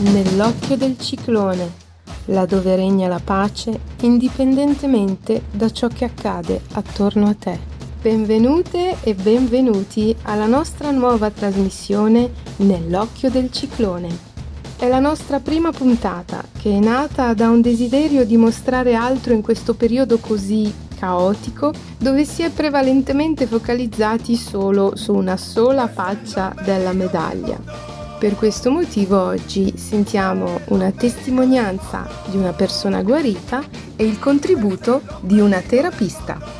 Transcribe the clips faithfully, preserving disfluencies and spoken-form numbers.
Nell'occhio del ciclone, laddove regna la pace indipendentemente da ciò che accade attorno a te. Benvenute e benvenuti alla nostra nuova trasmissione Nell'occhio del ciclone. È la nostra prima puntata che è nata da un desiderio di mostrare altro in questo periodo così caotico, dove si è prevalentemente focalizzati solo su una sola faccia della medaglia. Per questo motivo oggi sentiamo una testimonianza di una persona guarita e il contributo di una terapista.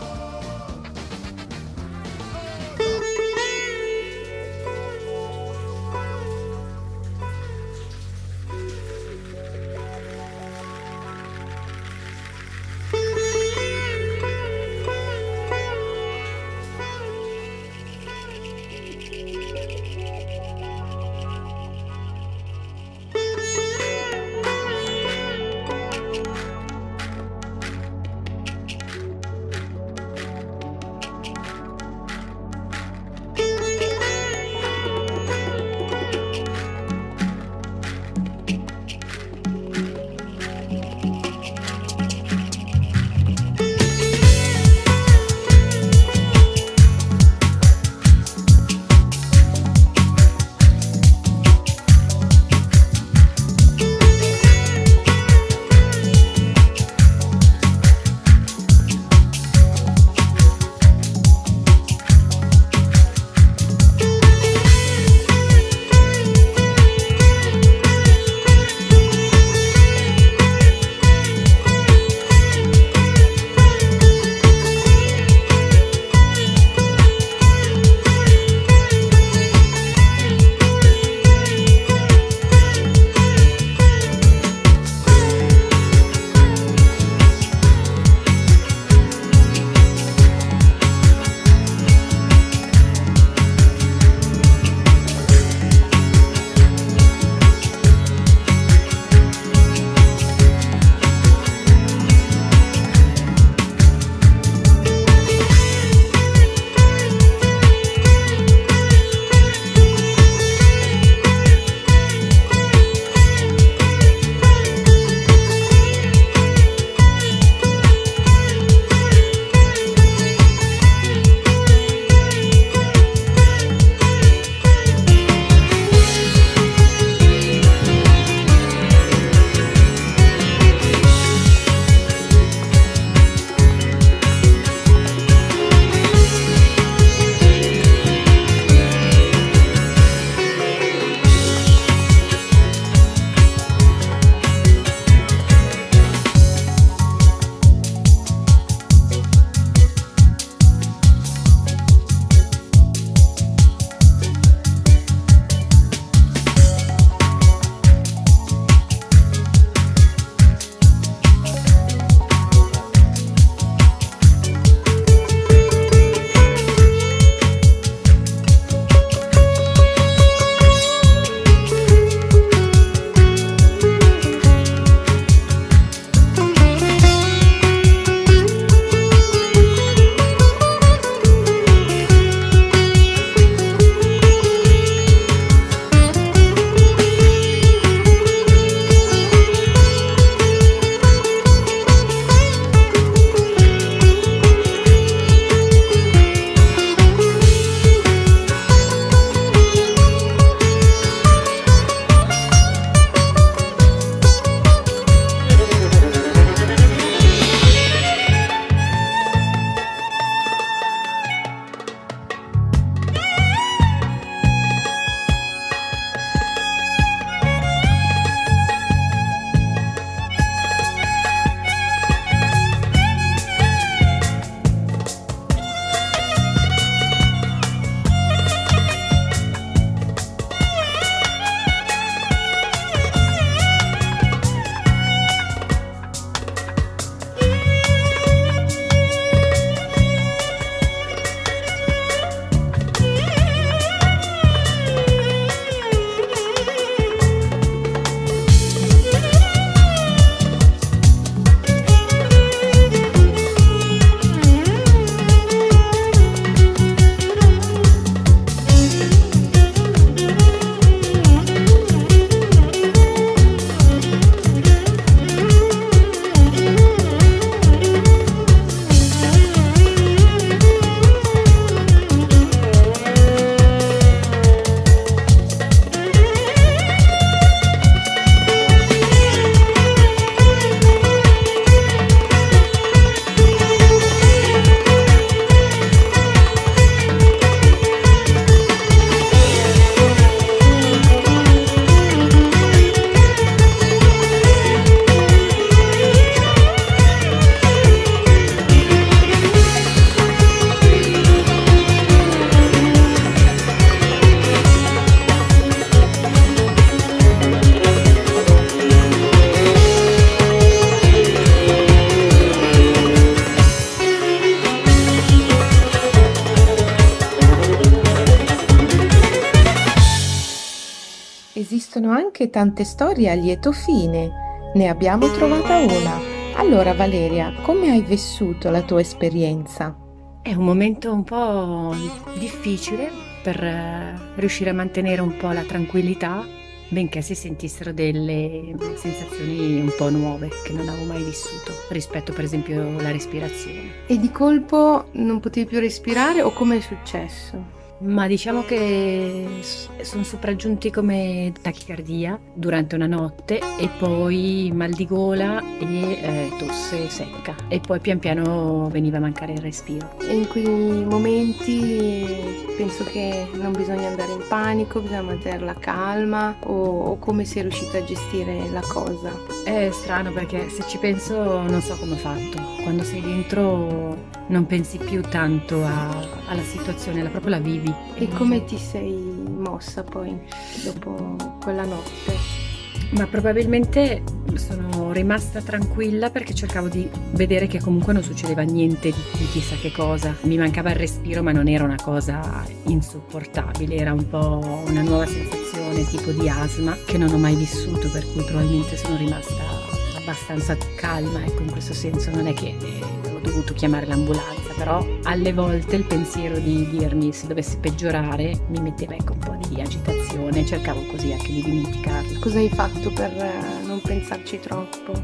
esistono anche tante storie a lieto fine. Ne abbiamo trovata una. Allora Valeria, come hai vissuto la tua esperienza? È un momento un po' difficile per eh, riuscire a mantenere un po' la tranquillità, benché si sentissero delle sensazioni un po' nuove che non avevo mai vissuto, rispetto per esempio alla respirazione. E di colpo non potevi più respirare o come è successo? Ma diciamo che s- sono sopraggiunti come tachicardia durante una notte e poi mal di gola e eh, tosse secca e poi pian piano veniva a mancare il respiro. E in quei momenti penso che non bisogna andare in panico, bisogna mantenere la calma o, o come sei riuscita a gestire la cosa? È strano perché se ci penso non so come ho fatto. Quando sei dentro non pensi più tanto a- alla situazione, la proprio la vivi. E come ti sei mossa poi dopo quella notte? Ma probabilmente sono rimasta tranquilla perché cercavo di vedere che comunque non succedeva niente di, di chissà che cosa. Mi mancava il respiro, ma non era una cosa insopportabile, era un po' una nuova sensazione tipo di asma che non ho mai vissuto, per cui probabilmente sono rimasta abbastanza calma, ecco, in questo senso non è che eh, ho dovuto chiamare l'ambulanza, però alle volte il pensiero di dirmi se dovesse peggiorare mi metteva ecco un po' di agitazione, cercavo così anche di dimenticarlo. Cosa hai fatto per eh, non pensarci troppo?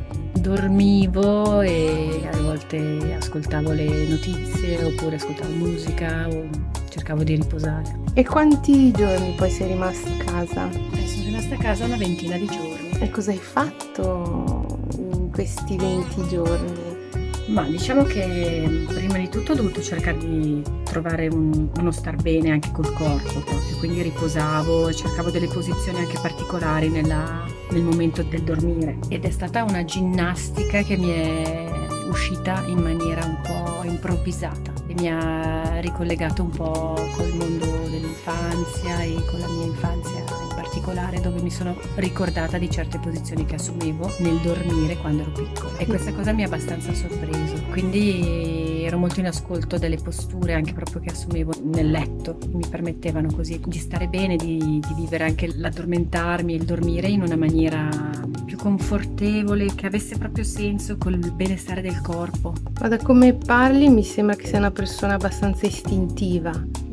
Dormivo e alle volte ascoltavo le notizie oppure ascoltavo musica o cercavo di riposare. E quanti giorni poi sei rimasta a casa? Eh, sono rimasta a casa una ventina di giorni. E cosa hai fatto in questi venti giorni? Ma diciamo che prima di tutto ho dovuto cercare di trovare un- uno star bene anche col corpo proprio, quindi riposavo, cercavo delle posizioni anche particolari nella- nel momento del dormire ed è stata una ginnastica che mi è uscita in maniera un po' improvvisata e mi ha ricollegato un po' col mondo dell'infanzia e con la mia infanzia in particolare, dove mi sono ricordata di certe posizioni che assumevo nel dormire quando ero piccola e questa cosa mi ha abbastanza sorpreso, quindi ero molto in ascolto delle posture anche proprio che assumevo nel letto, mi permettevano così di stare bene, di, di vivere anche l'addormentarmi e il dormire in una maniera più confortevole, che avesse proprio senso col benestare del corpo. Ma da come parli mi sembra che sei una persona abbastanza istintiva.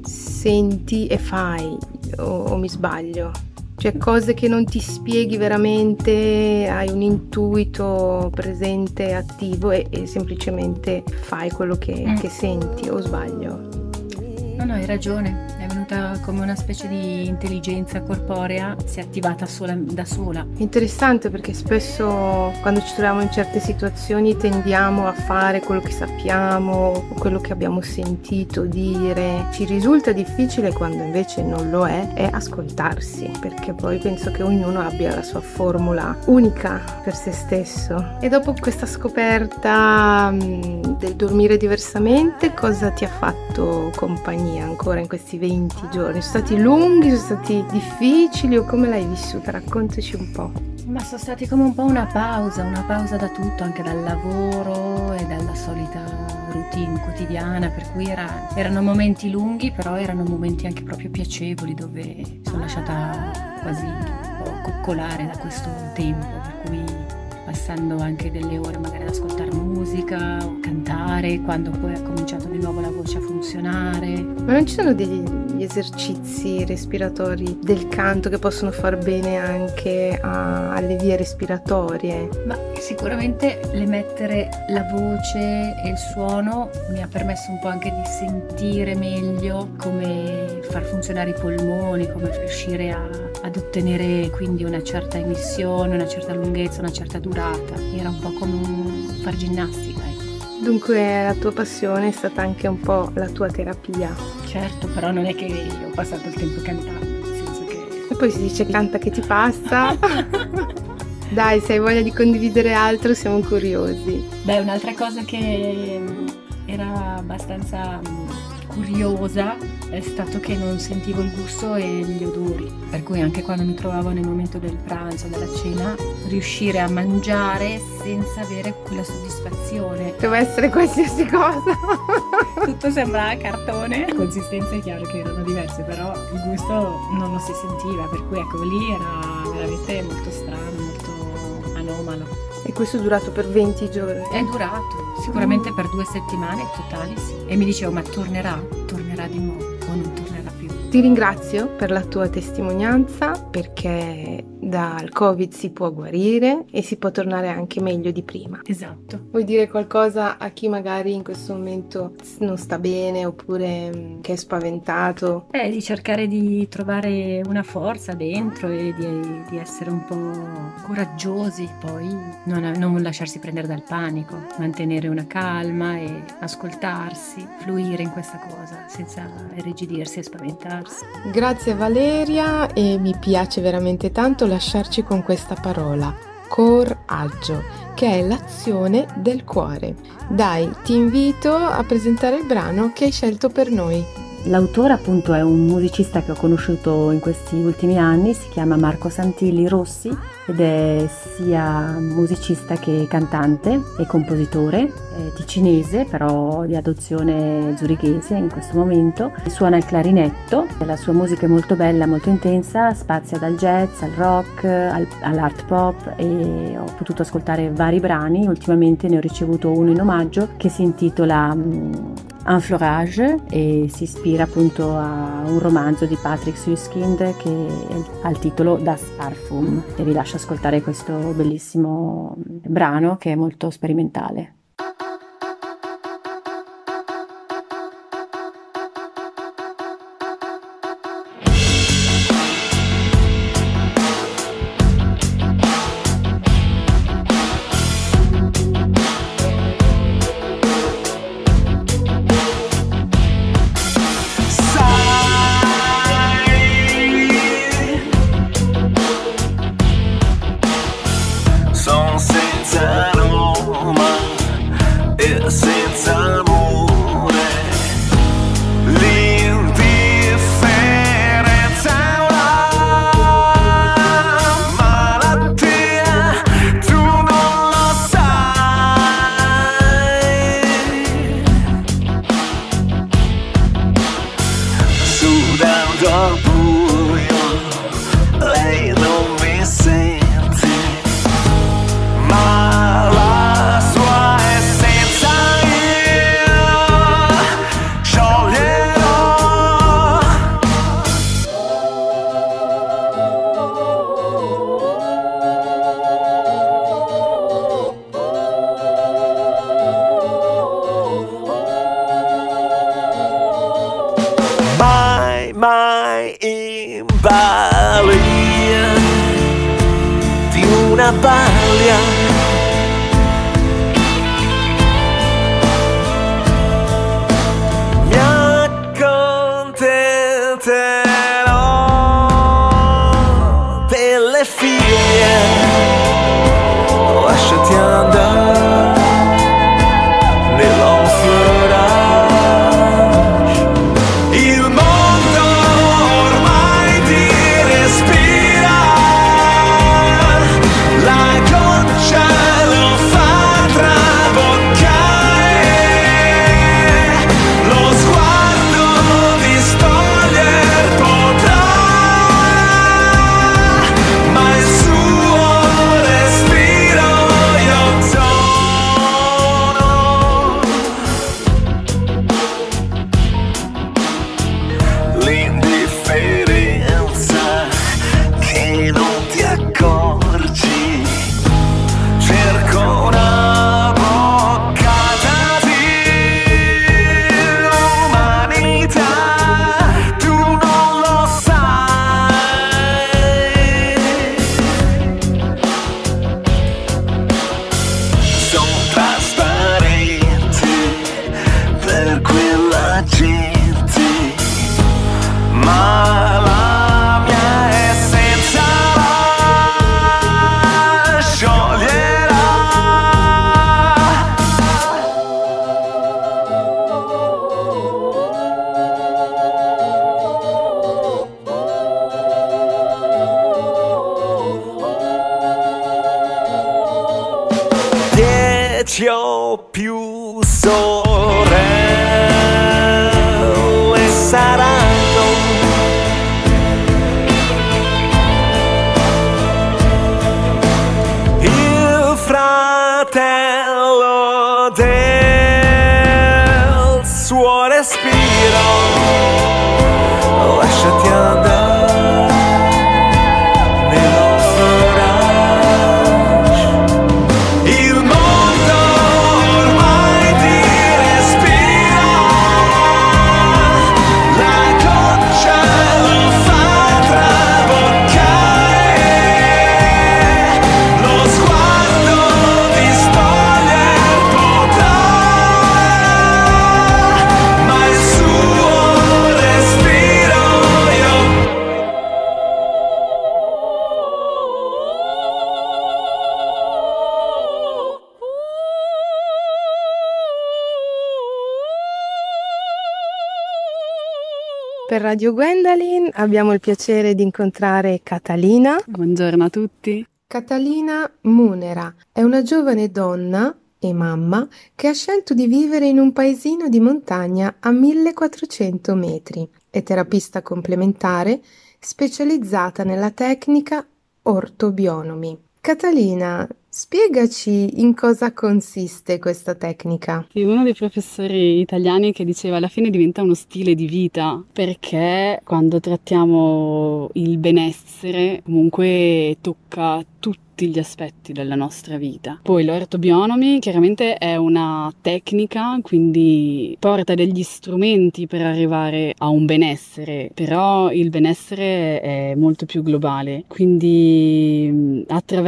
Senti e fai, o, o mi sbaglio? Cioè cose che non ti spieghi veramente, hai un intuito presente, attivo e, e semplicemente fai quello che, Mm. che senti, o sbaglio? No, no, hai ragione, è venuta come una specie di intelligenza corporea, si è attivata sola, da sola. Interessante perché spesso quando ci troviamo in certe situazioni tendiamo a fare quello che sappiamo o quello che abbiamo sentito dire. Ci risulta difficile quando invece non lo è, è ascoltarsi, perché poi penso che ognuno abbia la sua formula unica per se stesso. E dopo questa scoperta mh, del dormire diversamente, cosa ti ha fatto compagnia ancora in questi venti giorni? Sono stati lunghi, sono stati difficili o come l'hai vissuta? Raccontaci un po'. Ma sono stati come un po' una pausa, una pausa da tutto, anche dal lavoro e dalla solita routine quotidiana, per cui era- erano momenti lunghi, però erano momenti anche proprio piacevoli, dove sono lasciata quasi un po' coccolare da questo tempo, per cui passando anche delle ore magari ad ascoltare musica o cantare, quando poi ha cominciato di nuovo la voce a funzionare. Ma non ci sono degli esercizi respiratori del canto che possono far bene anche a- alle vie respiratorie? Ma sicuramente l'emettere la voce e il suono mi ha permesso un po' anche di sentire meglio come far funzionare i polmoni, come riuscire a- ad ottenere quindi una certa emissione, una certa lunghezza, una certa durata. Era un po' come un far ginnastica, ecco. Dunque la tua passione è stata anche un po' la tua terapia. Certo, però non è che ho passato il tempo cantando, nel senso che... E poi si dice canta che ti passa. Dai, se hai voglia di condividere altro siamo curiosi. Beh, un'altra cosa che mm, era abbastanza mm, curiosa è stato che non sentivo il gusto e gli odori, per cui anche quando mi trovavo nel momento del pranzo, della cena, riuscire a mangiare senza avere quella soddisfazione. Deve essere qualsiasi cosa. Tutto sembrava cartone. Le consistenze è chiaro che erano diverse, però il gusto non lo si sentiva, per cui ecco, lì era veramente molto strano, molto anomalo. E questo è durato per venti giorni? È durato, sicuramente per due settimane totali, sì. E mi dicevo, ma tornerà? Tornerà di nuovo o non tornerà più? Ti ringrazio per la tua testimonianza, perché dal Covid si può guarire e si può tornare anche meglio di prima. Esatto. Vuoi dire qualcosa a chi magari in questo momento non sta bene oppure mh, che è spaventato? Eh, di cercare di trovare una forza dentro e di, di essere un po' coraggiosi, poi non, non lasciarsi prendere dal panico, mantenere una calma e ascoltarsi, fluire in questa cosa senza irrigidirsi e spaventarsi. Grazie Valeria, e mi piace veramente tanto lasciarci con questa parola, coraggio, che è l'azione del cuore. Dai, ti invito a presentare il brano che hai scelto per noi. L'autore appunto è un musicista che ho conosciuto in questi ultimi anni, si chiama Marco Santilli Rossi ed è sia musicista che cantante e compositore, è ticinese però di adozione zurichese in questo momento. Suona il clarinetto, la sua musica è molto bella, molto intensa, spazia dal jazz al rock al, all'art pop, e ho potuto ascoltare vari brani. Ultimamente ne ho ricevuto uno in omaggio che si intitola um, Un Florage e si ispira appunto a un romanzo di Patrick Süskind che ha il titolo Das Parfum, e vi lascio ascoltare questo bellissimo brano che è molto sperimentale. Mai in balia di una balia, mi accontenterò delle figlie, lasciati andare nell'enflorage. Ti ho più sorelle per Radio Gwendalyn abbiamo il piacere di incontrare Catalina. Buongiorno a tutti. Catalina Munera è una giovane donna e mamma che ha scelto di vivere in un paesino di montagna a millequattrocento metri. È terapista complementare specializzata nella tecnica ortobionomi. Catalina, spiegaci in cosa consiste questa tecnica. Sì, uno dei professori italiani che diceva alla fine diventa uno stile di vita, perché quando trattiamo il benessere comunque tocca tutti gli aspetti della nostra vita. Poi l'ortobionomi chiaramente è una tecnica, quindi porta degli strumenti per arrivare a un benessere, però il benessere è molto più globale, quindi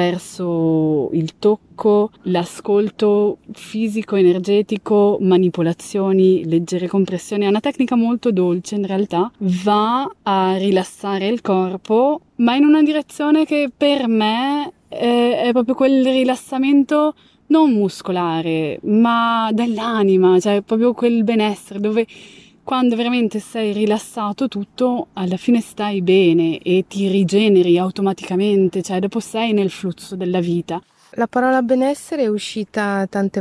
attraverso il tocco, l'ascolto fisico, energetico, manipolazioni, leggere compressioni, è una tecnica molto dolce in realtà, va a rilassare il corpo, ma in una direzione che per me è, è proprio quel rilassamento non muscolare, ma dell'anima, cioè proprio quel benessere dove quando veramente sei rilassato tutto, alla fine stai bene e ti rigeneri automaticamente, cioè dopo sei nel flusso della vita. La parola benessere è uscita tante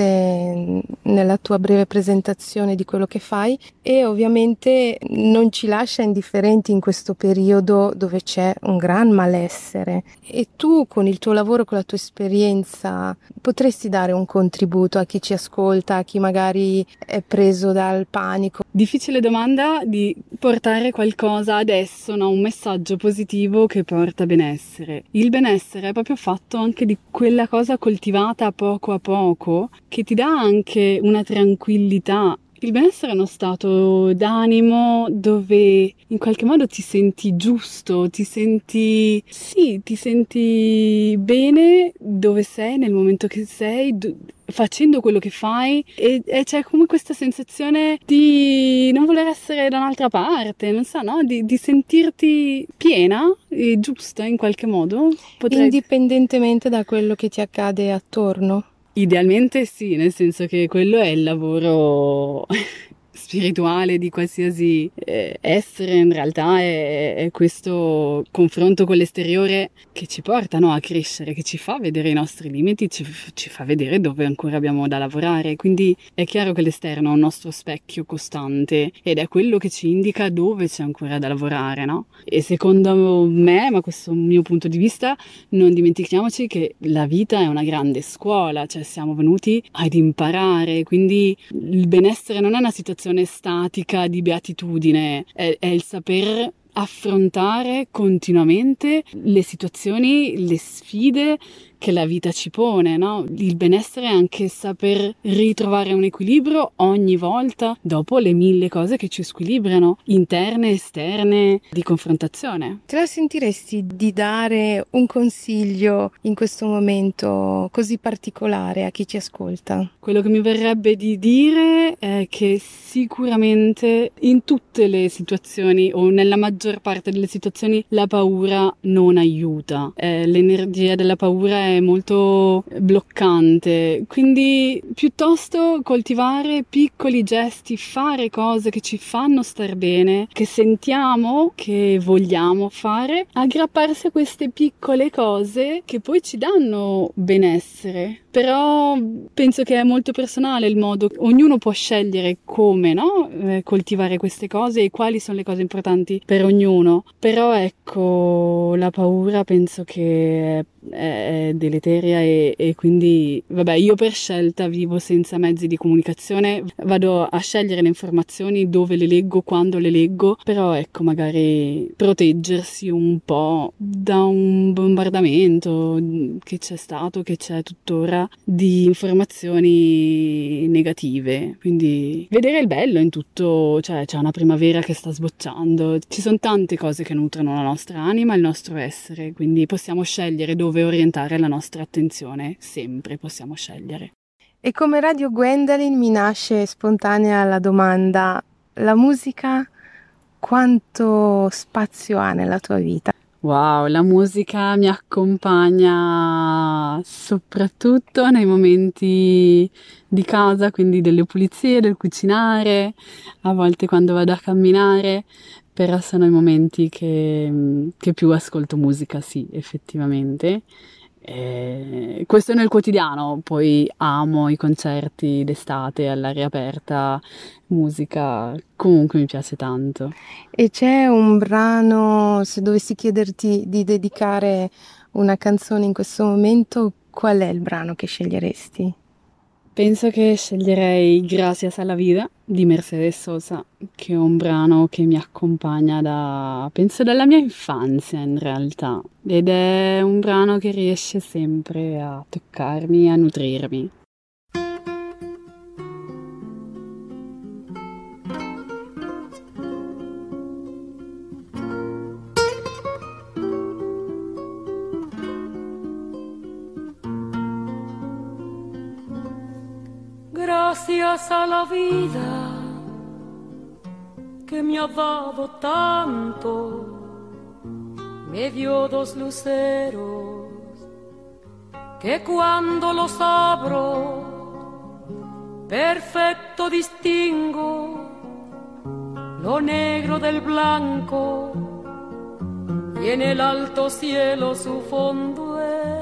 volte nella tua breve presentazione di quello che fai e ovviamente non ci lascia indifferenti in questo periodo dove c'è un gran malessere. E tu con il tuo lavoro, con la tua esperienza, potresti dare un contributo a chi ci ascolta, a chi magari è preso dal panico? Difficile domanda di portare qualcosa adesso, no? Un messaggio positivo che porta benessere. Il benessere è proprio fatto anche di quella cosa coltivata poco a poco che ti dà anche una tranquillità. Il benessere è uno stato d'animo dove in qualche modo ti senti giusto, ti senti, sì, ti senti bene dove sei, nel momento che sei, do, facendo quello che fai e, e c'è come questa sensazione di non voler essere da un'altra parte, non so, no? Di, di sentirti piena e giusta in qualche modo. Potrei... Indipendentemente da quello che ti accade attorno. Idealmente sì, nel senso che quello è il lavoro spirituale di qualsiasi eh, essere, in realtà è, è questo confronto con l'esteriore che ci porta, no, a crescere, che ci fa vedere i nostri limiti, ci, ci fa vedere dove ancora abbiamo da lavorare, quindi è chiaro che l'esterno è un nostro specchio costante ed è quello che ci indica dove c'è ancora da lavorare, no? E secondo me, ma questo è un mio punto di vista, non dimentichiamoci che la vita è una grande scuola, cioè siamo venuti ad imparare, quindi il benessere non è una situazione statica di beatitudine, è, è il saper affrontare continuamente le situazioni, le sfide che la vita ci pone, no? Il benessere è anche saper ritrovare un equilibrio ogni volta dopo le mille cose che ci squilibrano, interne, esterne, di confrontazione. Te la sentiresti di dare un consiglio in questo momento così particolare a chi ci ascolta? Quello che mi verrebbe di dire è che sicuramente in tutte le situazioni o nella maggior parte delle situazioni la paura non aiuta. Eh, l'energia della paura è molto bloccante, quindi piuttosto coltivare piccoli gesti, fare cose che ci fanno star bene, che sentiamo, che vogliamo fare, aggrapparsi a queste piccole cose che poi ci danno benessere. Però penso che è molto personale il modo, ognuno può scegliere come, no? Eh, coltivare queste cose e quali sono le cose importanti per ognuno. Però ecco, la paura penso che è, è deleteria e, e quindi, vabbè, io per scelta vivo senza mezzi di comunicazione, vado a scegliere le informazioni dove le leggo, quando le leggo, però ecco, magari proteggersi un po' da un bombardamento che c'è stato, che c'è tuttora, di informazioni negative, quindi vedere il bello in tutto, cioè c'è una primavera che sta sbocciando, ci sono tante cose che nutrono la nostra anima, il nostro essere, quindi possiamo scegliere dove orientare la nostra attenzione, sempre possiamo scegliere. E come Radio Gwendalyn mi nasce spontanea la domanda: la musica quanto spazio ha nella tua vita? Wow, la musica mi accompagna soprattutto nei momenti di casa, quindi delle pulizie, del cucinare, a volte quando vado a camminare, però sono i momenti che, che più ascolto musica, sì, effettivamente. E questo nel quotidiano, poi amo i concerti d'estate all'aria aperta, musica, comunque mi piace tanto. E c'è un brano, se dovessi chiederti di dedicare una canzone in questo momento, qual è il brano che sceglieresti? Penso che sceglierei Gracias a la vida di Mercedes Sosa, che è un brano che mi accompagna da, penso dalla mia infanzia in realtà, ed è un brano che riesce sempre a toccarmi e a nutrirmi. Gracias a la vida que me ha dado tanto, me dio dos luceros que cuando los abro perfecto distingo lo negro del blanco y en el alto cielo su fondo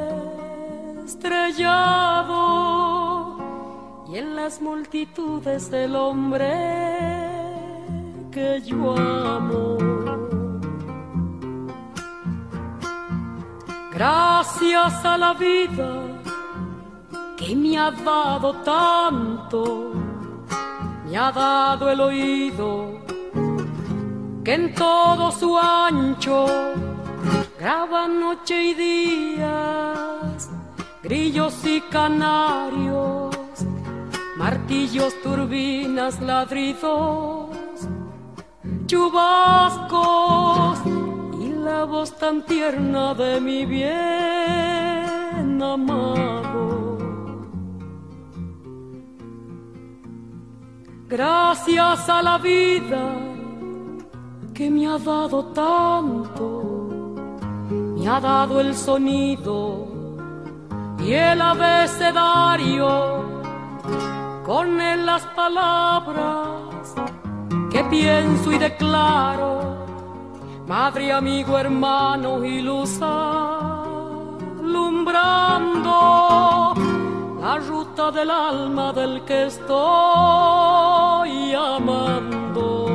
estrellado. Y en las multitudes del hombre que yo amo. Gracias a la vida que me ha dado tanto, me ha dado el oído que en todo su ancho graba noche y días, grillos y canarios, martillos, turbinas, ladridos, chubascos y la voz tan tierna de mi bien amado. Gracias a la vida que me ha dado tanto, me ha dado el sonido y el abecedario, con él las palabras que pienso y declaro, madre, amigo, hermano y luz alumbrando la ruta del alma del que estoy amando.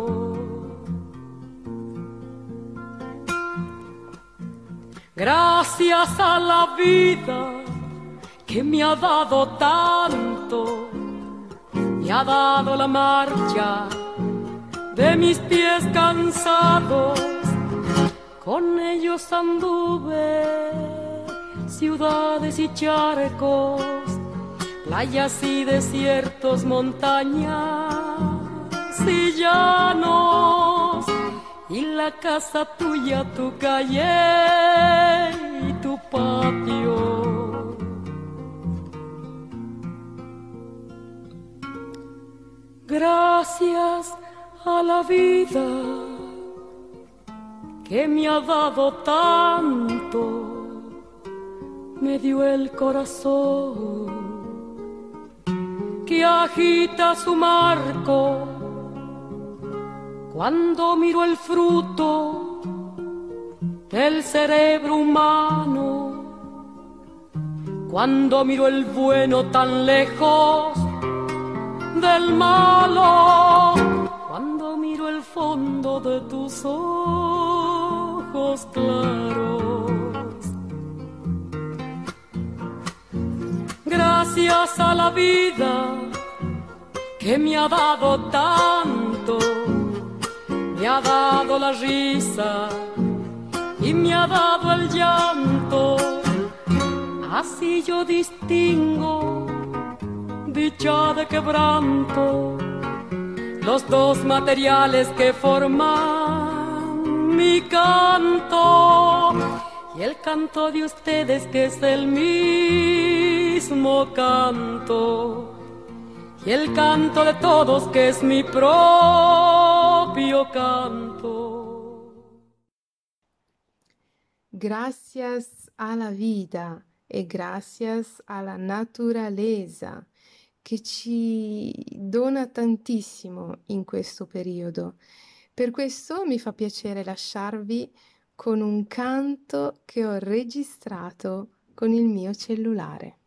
Gracias a la vida que me ha dado tanto, me ha dado la marcha de mis pies cansados, con ellos anduve ciudades y charcos, playas y desiertos, montañas y llanos, y la casa tuya, tu calle y tu patio. Gracias a la vida que me ha dado tanto, me dio el corazón que agita su marco cuando miro el fruto del cerebro humano, cuando miro el bueno tan lejos del malo, cuando miro el fondo de tus ojos claros. Gracias a la vida que me ha dado tanto, me ha dado la risa y me ha dado el llanto, así yo distingo dicha de quebranto, los dos materiales que forman mi canto, y el canto de ustedes que es el mismo canto, y el canto de todos que es mi propio canto. gracias a la vida e gracias alla naturaleza che ci dona tantissimo in questo periodo. Per questo mi fa piacere lasciarvi con un canto che ho registrato con il mio cellulare.